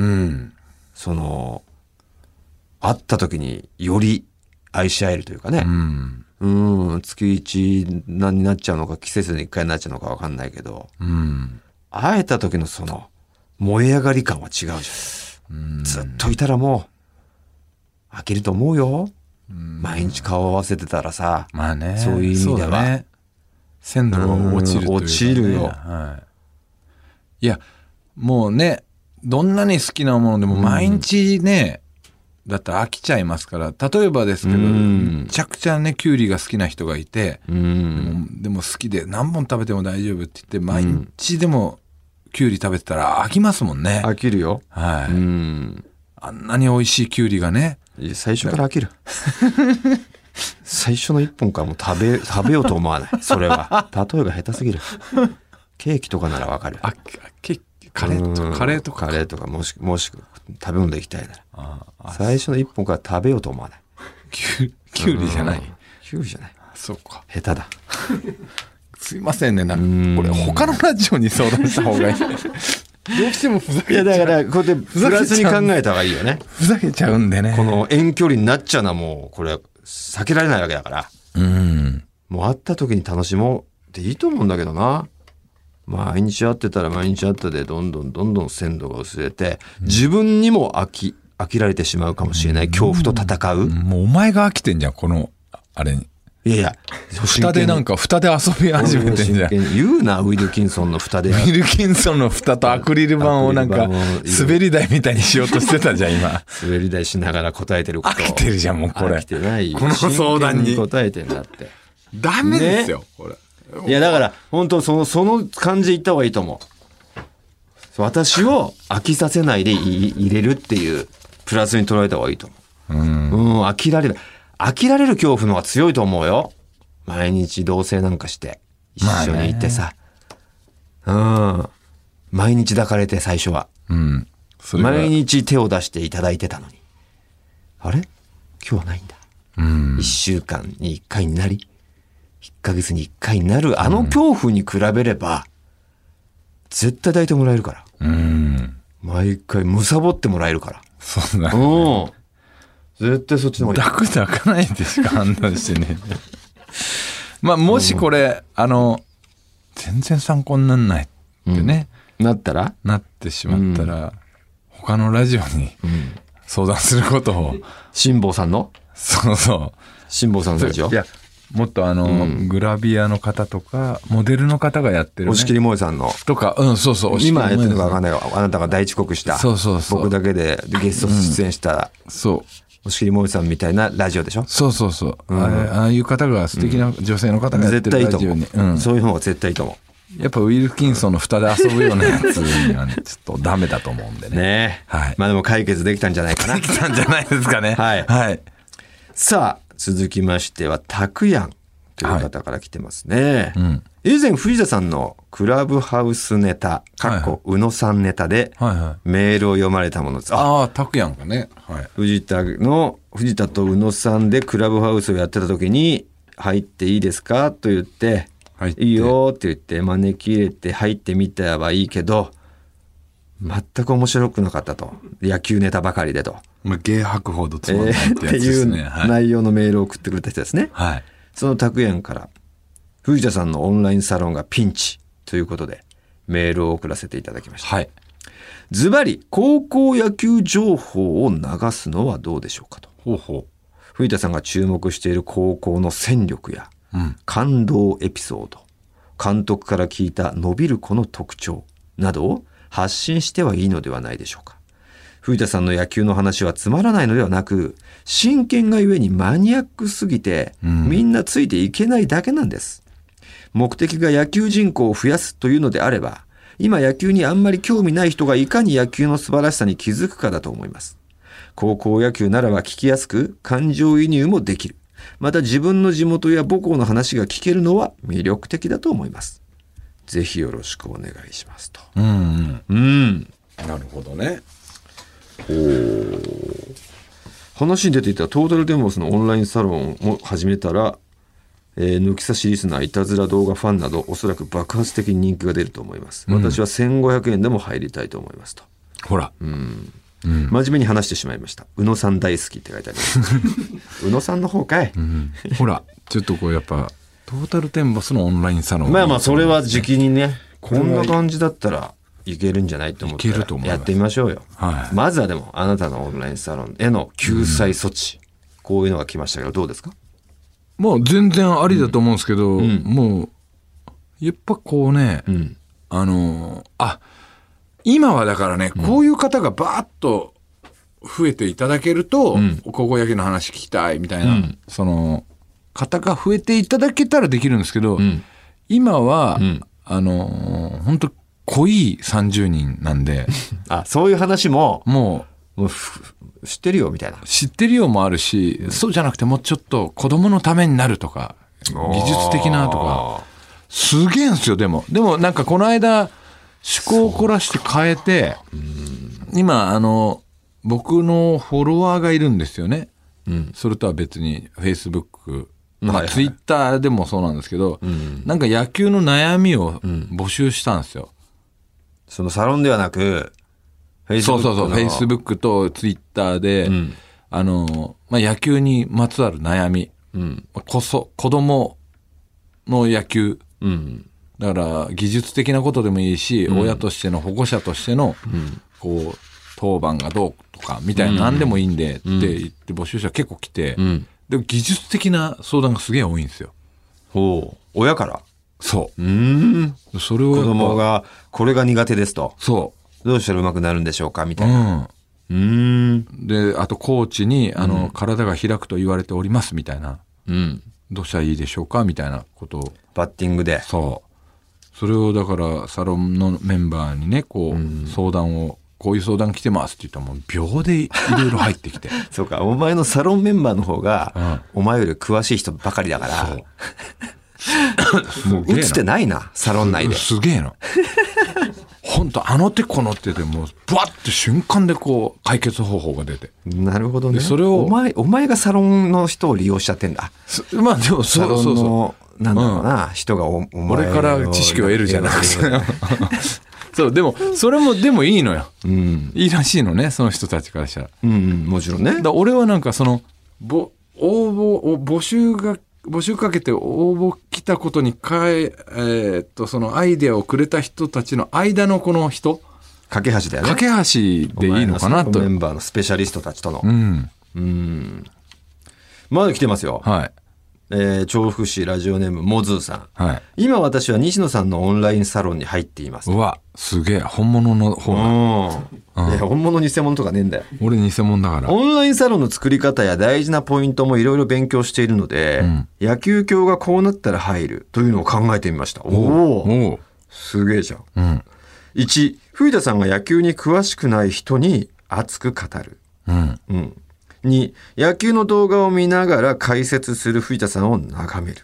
会った時により愛し合えるというかね。月一何になっちゃうのか、季節に一回になっちゃうのか分かんないけど、会えた時の燃え上がり感は違うじゃん。ずっといたらもう飽きると思うよ。毎日顔を合わせてたらさ、 まあね、 そういう意味では、 ね、鮮度が落ちるというか、ね、 落ちるよ。 いやもうね、どんなに好きなものでも毎日ね、だったら飽きちゃいますから。例えばですけど、めちゃくちゃねキュウリが好きな人がいて、でも好きで何本食べても大丈夫って言って毎日でもキュウリ食べてたら飽きますもんね。 飽きるよ。 はい。あんなに美味しいキュウリがね。 最初から飽きる。最初の一本からもう食べようと思わない。それは例えが下手すぎる。ケーキとかならわかる。カレーとかもし食べ物でいきたいなら、最初の一本から食べようと思わない。 キュウリじゃない。 キュウリじゃない。 そうか。 下手だ。 すいませんね。これ他のラジオに相談した方がいい。どうしてもふざけちゃう。いやだからこうやってプラスに考えた方がいいよね。 ふざけちゃうんでね。 この遠距離になっちゃうのはもうこれ避けられないわけだから。もう会った時に楽しもうっていいと思うんだけどな。毎日会ってたら毎日会ったでどんどん鮮度が薄れて、自分にも飽きられてしまうかもしれない恐怖と戦う。 もうお前が飽きてんじゃん、このあれに。 いや蓋で遊び始めてんじゃん。 言うな、ウィルキンソンの蓋で。 ウィルキンソンの蓋とアクリル板をなんか滑り台みたいにしようとしてたじゃん今。 滑り台しながら答えてること。 飽きてるじゃんもうこれ。 飽きてないよ。 この相談に答えてんだって。 ダメですよ、これ。 いやだから本当その感じで言った方がいいと思う。私を飽きさせないで入れるっていうプラスに捉えた方がいいと思う。飽きられる恐怖の方が強いと思うよ。毎日同棲なんかして一緒にいてさ、毎日抱かれて最初は、毎日手を出していただいてたのに、あれ今日はないんだ。1週間に1回になり1ヶ月に1回になるあの恐怖に比べれば、絶対抱いてもらえるから。毎回むさぼってもらえるから。 そうだね。絶対そっちの方がいい。 抱かないでしか判断してね。まあもしこれ、全然参考にならないってね、 なってしまったら、他のラジオに相談することを。 辛坊さんの？ そうそう。 辛坊さんのラジオ？ いやもっとグラビアの方とかモデルの方がやってるね、 押切萌さんのとか、そうそう、 今やってるのか分かんないよ。あなたが大遅刻した、 そう僕だけでゲスト出演した、 そう押切萌さんみたいなラジオでしょ。 そう、ああいう方が素敵な女性の方がやってるラジオに、 そういうのが絶対いいと思う。やっぱウィルキンソンの蓋で遊ぶようなやつには、ね、ちょっとダメだと思うんでね。 はい。まあでも解決できたんじゃないかな。 できたんじゃないですかね。 はい。さあ続きましてはたくやんという方から来てますね。以前藤田さんのクラブハウスネタ宇野さんネタでメールを読まれたものです。 たくやんがね、 藤田と宇野さんでクラブハウスをやってた時に入っていいですかと言っていいよって言って招き入れて入ってみたはいいけど全く面白くなかったと。野球ネタばかりでと、 芸博ほどつまんないってやつですね、 っていう内容のメールを送ってくれた人ですね。そのたくやんから藤田さんのオンラインサロンがピンチということでメールを送らせていただきました。ズバリ高校野球情報を流すのはどうでしょうかと。藤田さんが注目している高校の戦力や感動エピソード、監督から聞いた伸びる子の特徴などを発信してはいいのではないでしょうか。藤田さんの野球の話はつまらないのではなく、真剣がゆえにマニアックすぎて、みんなついていけないだけなんです。目的が野球人口を増やすというのであれば、今野球にあんまり興味ない人がいかに野球の素晴らしさに気づくかだと思います。高校野球ならば聞きやすく、感情移入もできる。また自分の地元や母校の話が聞けるのは魅力的だと思います。ぜひよろしくお願いしますと。 なるほどね。 話に出ていたトータルテンボスのオンラインサロンを始めたら、抜き差しリスナー、いたずら動画ファンなどおそらく爆発的に人気が出ると思います。私は1500円でも入りたいと思いますと。 ほら、 真面目に話してしまいました。宇野さん大好きって書いてあります宇野さんの方かい、 ほらちょっとこうやっぱトータルテンボスのオンラインサロン、 まあまあそれは時期にね、こんな感じだったらいけるんじゃないと思ったらやってみましょうよ。まずはでもあなたのオンラインサロンへの救済措置、こういうのが来ましたけどどうですか。 まあ全然ありだと思うんですけど、もうやっぱこうね、今はだからね、こういう方がバーッと増えていただけると、高校野球の話聞きたいみたいな、その方が増えていただけたらできるんですけど、今は、本当濃い30人なんでそういう話ももう知ってるよみたいな、 知ってるよもあるし、そうじゃなくてもうちょっと子供のためになるとか技術的なとかすげえんすよ。でもなんかこの間趣向を凝らして変えて、今僕のフォロワーがいるんですよね、それとは別に Facebook、Twitter でもそうなんですけど、なんか野球の悩みを募集したんですよ、 そのサロンではなくそう Facebook と Twitter で、野球にまつわる悩み、子供の野球、だから技術的なことでもいいし、親としての保護者としての、こう当番がどうとかみたいな何でもいいんで、って言って募集者結構来て、で技術的な相談がすげえ多いんですよ。 親から。 そう。 それを子供がこれが苦手ですと。 そう。 どうしたら上手くなるんでしょうかみたいな。 であとコーチに体が開くと言われておりますみたいな、どうしたらいいでしょうかみたいなことをバッティングで。 それをだからサロンのメンバーにねこう、相談をこういう相談来てますって言ったらもう秒でいろいろ入ってきてそうか、お前のサロンメンバーの方が、お前より詳しい人ばかりだからもう打つてないなサロン内で。 すげえな本当手この手でもうブワッて瞬間でこう解決方法が出て。 なるほどね。 それをお前がサロンの人を利用しちゃってんだ。 まあでもサロンのなんだろうな、人がお前俺から知識を得るじゃないですかそうでもそれもでもいいのよ、いいらしいのねその人たちからしたら。 もちろんね。 だ俺はなんかその募集かけて応募来たことにそのアイデアをくれた人たちの間のこの人架け橋だよね。 架け橋でいいのかなと。 メンバーのスペシャリストたちとの。まだ来てますよ。調布市ラジオネームモズーさん、今私は西野さんのオンラインサロンに入っています。 うわすげえ本物の方だ。本物偽物とかねえんだよ。 俺偽物だから。 オンラインサロンの作り方や大事なポイントもいろいろ勉強しているので、野球協がこうなったら入るというのを考えてみました。すげえじゃん。1、藤田さんが野球に詳しくない人に熱く語る。2、野球の動画を見ながら解説する藤田さんを眺める。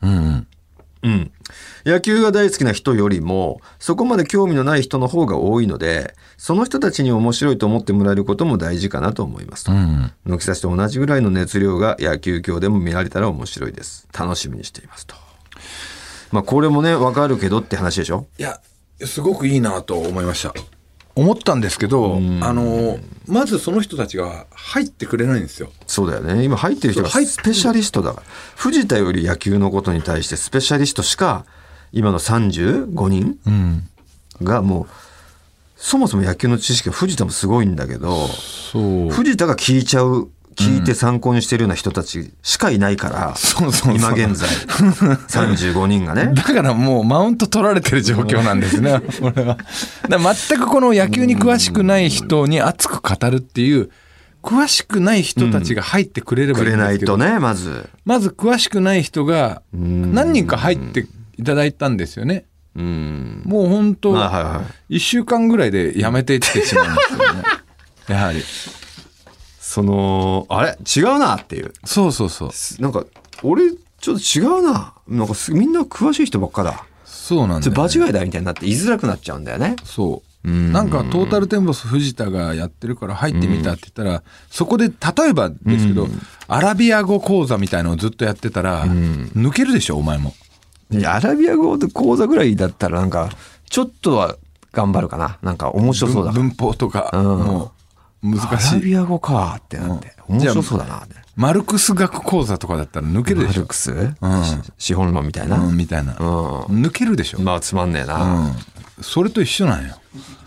野球が大好きな人よりもそこまで興味のない人の方が多いので、その人たちに面白いと思ってもらえることも大事かなと思いますと。抜き差しと同じぐらいの熱量が野球協でも見られたら面白いです。楽しみにしていますと。まあこれもね分かるけどって話でしょ。 いやすごくいいなと思いました。思ったんですけど、まずその人たちが入ってくれないんですよ。 そうだよね。今入ってる人がスペシャリストだから。藤田より野球のことに対してスペシャリストしか今の35人がもう、そもそも野球の知識は藤田もすごいんだけど、藤田が聞聞いて参考にしてるような人たちしかいないから、今現在35人がね。 だからもうマウント取られてる状況なんですね俺は。だから全くこの野球に詳しくない人に熱く語るっていう、詳しくない人たちが入ってくれればいいんですけど、 くれないとね、 まず詳しくない人が何人か入っていただいたんですよね。もう本当1週間ぐらいでやめていってしまうんですよねやはりあれ違うなっていう。 そうなんか俺ちょっと違うな、なんかみんな詳しい人ばっかだ。 そうなんだよ、ね、 場違いだみたいになって言いづらくなっちゃうんだよね。 なんかトータルテンボス藤田がやってるから入ってみたって言ったら、そこで例えばですけど、アラビア語講座みたいのをずっとやってたら、抜けるでしょお前も。 いやアラビア語講座ぐらいだったらなんかちょっとは頑張るかな。なんか面白そうだ。 文法とかもう難しい。 アラビア語かってなって、面白そうだな。 マルクス学講座とかだったら抜けるでしょ。 マルクス、資本論みたいな、 みたいな、抜けるでしょ。 まあつまんねえな、 それと一緒なんよ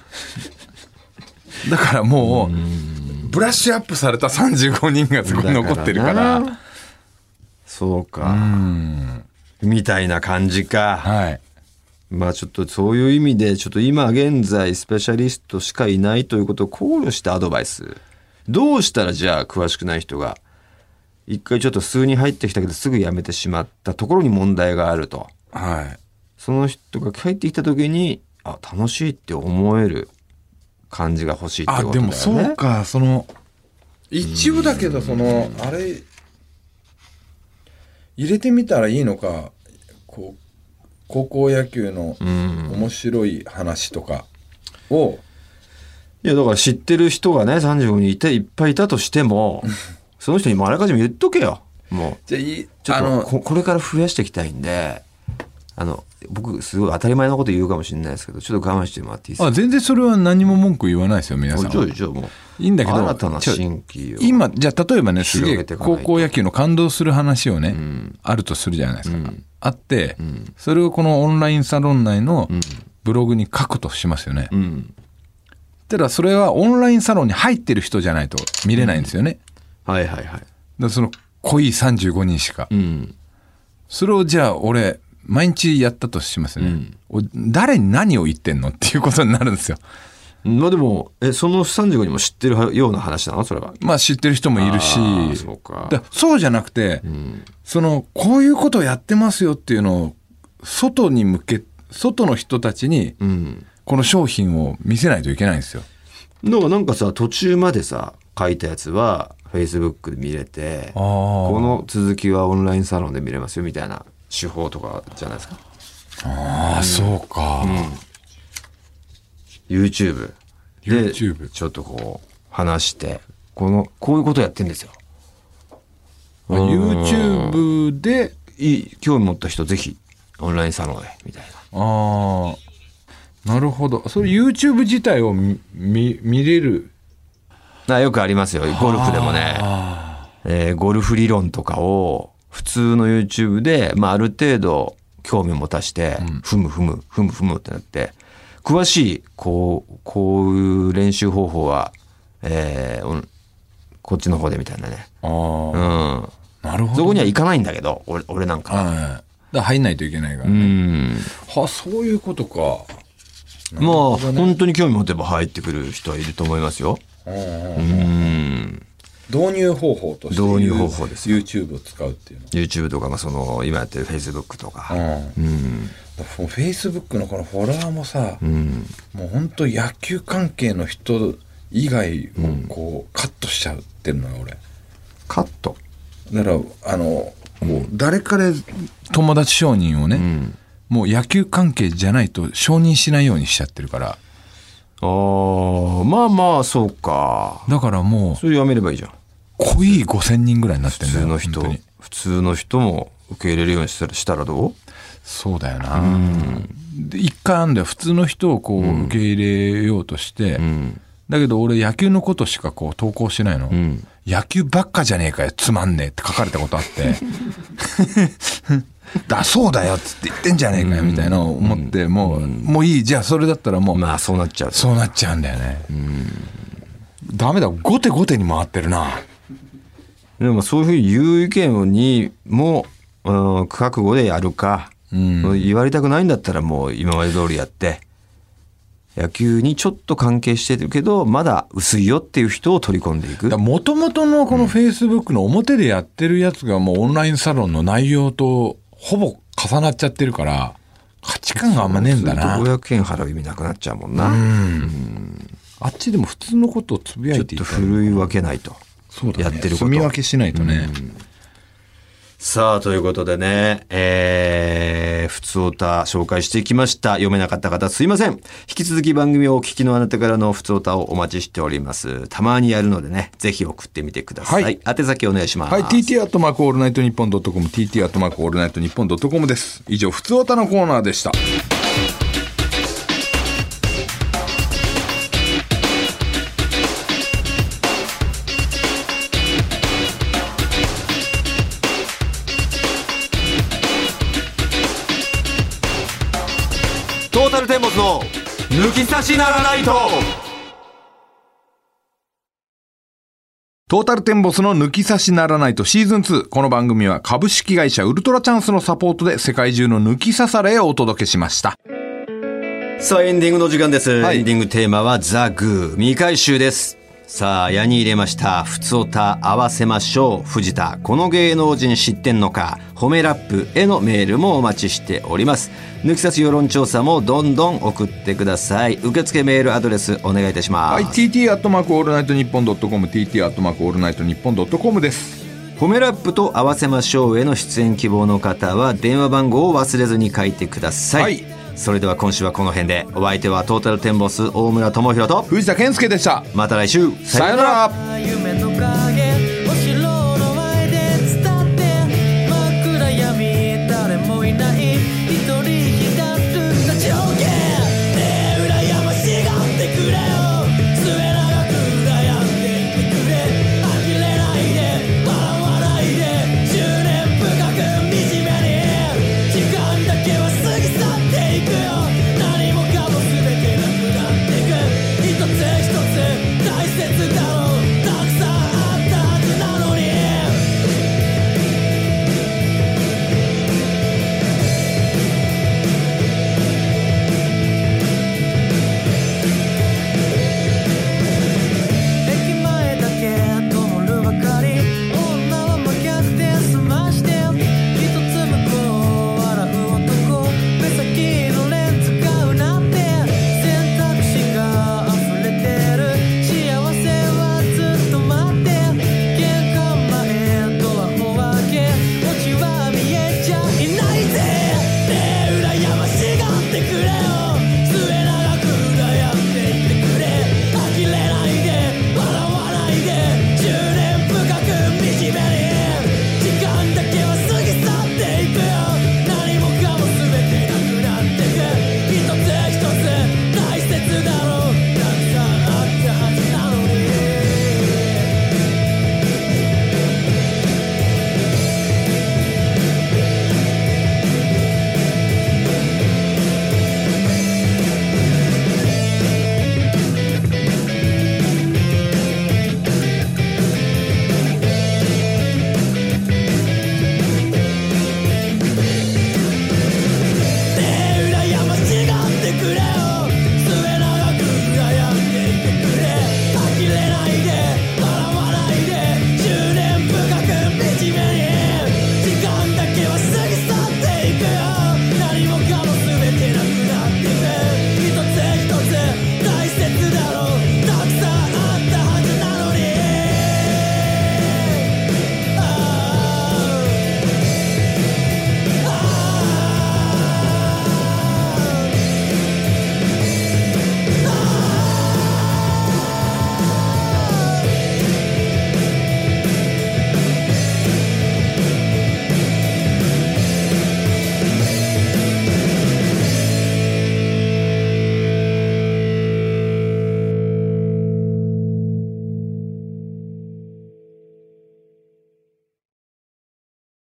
だからもうブラッシュアップされた35人がそこに残ってるから。 そうか、みたいな感じか。まあちょっとそういう意味でちょっと今現在スペシャリストしかいないということを考慮してアドバイス。どうしたらじゃあ詳しくない人が一回ちょっと数人入ってきたけどすぐ辞めてしまったところに問題があると、その人が入ってきた時に楽しいって思える感じが欲しいってことだよね。 でもそうか、一部だけどあれ入れてみたらいいのか、高校野球の面白い話とかを、 いやだから知ってる人がね35人いていっぱいいたとしてもその人にもあらかじめ言っとけよ。もうちょっとこれから増やしていきたいんで、僕すごい当たり前のこと言うかもしれないですけどちょっと我慢してもらっていいですか。 全然それは何も文句言わないですよ皆さんは。 じゃあもういいんだけど、 新たな新規を今じゃあ例えばねすげえ高校野球の感動する話をね、あるとするじゃないですか、あって、それをこのオンラインサロン内のブログに書くとしますよね、ただそれはオンラインサロンに入ってる人じゃないと見れないんですよね、だその濃い35人しか、それをじゃあ俺毎日やったとしますよね、誰に何を言ってんのっていうことになるんですよ。 まあでもその35人も知ってるような話なのそれは。 まあ知ってる人もいるし、そうじゃなくて、こういうことをやってますよっていうのを外の人たちにこの商品を見せないといけないんですよ。 だからなんかさ途中までさ書いたやつは Facebook で見れて、この続きはオンラインサロンで見れますよみたいな手法とかじゃないですか。 そうか、 YouTube でちょっとこう話してこういうことやってんですよ。 YouTube で興味持った人ぜひオンラインサロンへみたいな。なるほど。それ YouTube 自体を見れる。 よくありますよゴルフでもね、ゴルフ理論とかを普通の YouTube で、ある程度興味を持たしてふむってなって詳しいこういう練習方法は、こっちの方でみたいなね。 なるほど。 そこには行かないんだけど俺なんか。 だから入んないといけないからね。そういうことか。 まあ本当に興味持てば入ってくる人はいると思いますよ。 導入方法として導入方法ですよ YouTube を使うっていうの。 YouTube とか今やってる Facebook とか、 Facebook のこのフォロワーもさ、もう本当野球関係の人以外をこうカットしちゃってるのよ俺。 カットだから誰かで友達承認をね、もう野球関係じゃないと承認しないようにしちゃってるから。 まあそうか。 だからもうそれやめればいいじゃん。 濃い5000人ぐらいになってんだよ。 普通の人も受け入れるようにしたらどう？ そうだよな。で一回あんだよ普通の人をこう受け入れようとして、だけど俺野球のことしかこう投稿しないの、野球ばっかじゃねえかよつまんねえって書かれたことあってそうだよっつって言ってんじゃねえかよみたいなのを思って、もういいじゃあそれだったらもうそうなっちゃう。 そうなっちゃうんだよね。ダメだ後手に回ってるな。 でもそういうふうに言う意見にも、覚悟でやるか、言われたくないんだったらもう今まで通りやって、野球にちょっと関係してるけどまだ薄いよっていう人を取り込んでいく。 もともとのこのフェイスブックの表でやってるやつがもうオンラインサロンの内容とほぼ重なっちゃってるから価値観があんまねえんだな。 500円払う意味なくなっちゃうもんな。 あっちでも普通のことをつぶやいていたちょっとふるい分けないと。 そうだね、 やってること住み分けしないとね。 さあということでね、ふつおた紹介してきました。読めなかった方すいません。引き続き番組をお聞きのあなたからのふつおたをお待ちしております。たまにやるのでね、ぜひ送ってみてください。はい、宛先お願いします。 はい、TT アットマークオールナイトニッポンドットコム TT アットマークオールナイトニッポンドットコムです。以上ふつおたのコーナーでした。 トータルテンボスの抜き差しならないと。 トータルテンボスの抜き差しならないとシーズン2。この番組は株式会社ウルトラチャンスのサポートで世界中の抜き差されをお届けしました。 さあエンディングの時間です、はい、エンディングテーマはザ・グー未回収です。さあ矢に入れました。ふつおた合わせましょう。藤田この芸能人知ってんのか、褒めラップへのメールもお待ちしております。抜き差し世論調査もどんどん送ってください。受付メールアドレスお願いいたします。 はい、TT アットマークオールナイトニッポンドットコム TT アットマークオールナイトニッポンドットコムです。 褒めラップと合わせましょうへの出演希望の方は電話番号を忘れずに書いてください。はい、それでは今週はこの辺で。お相手はトータルテンボス大村智広と藤田健介でした。 また来週。 さよなら。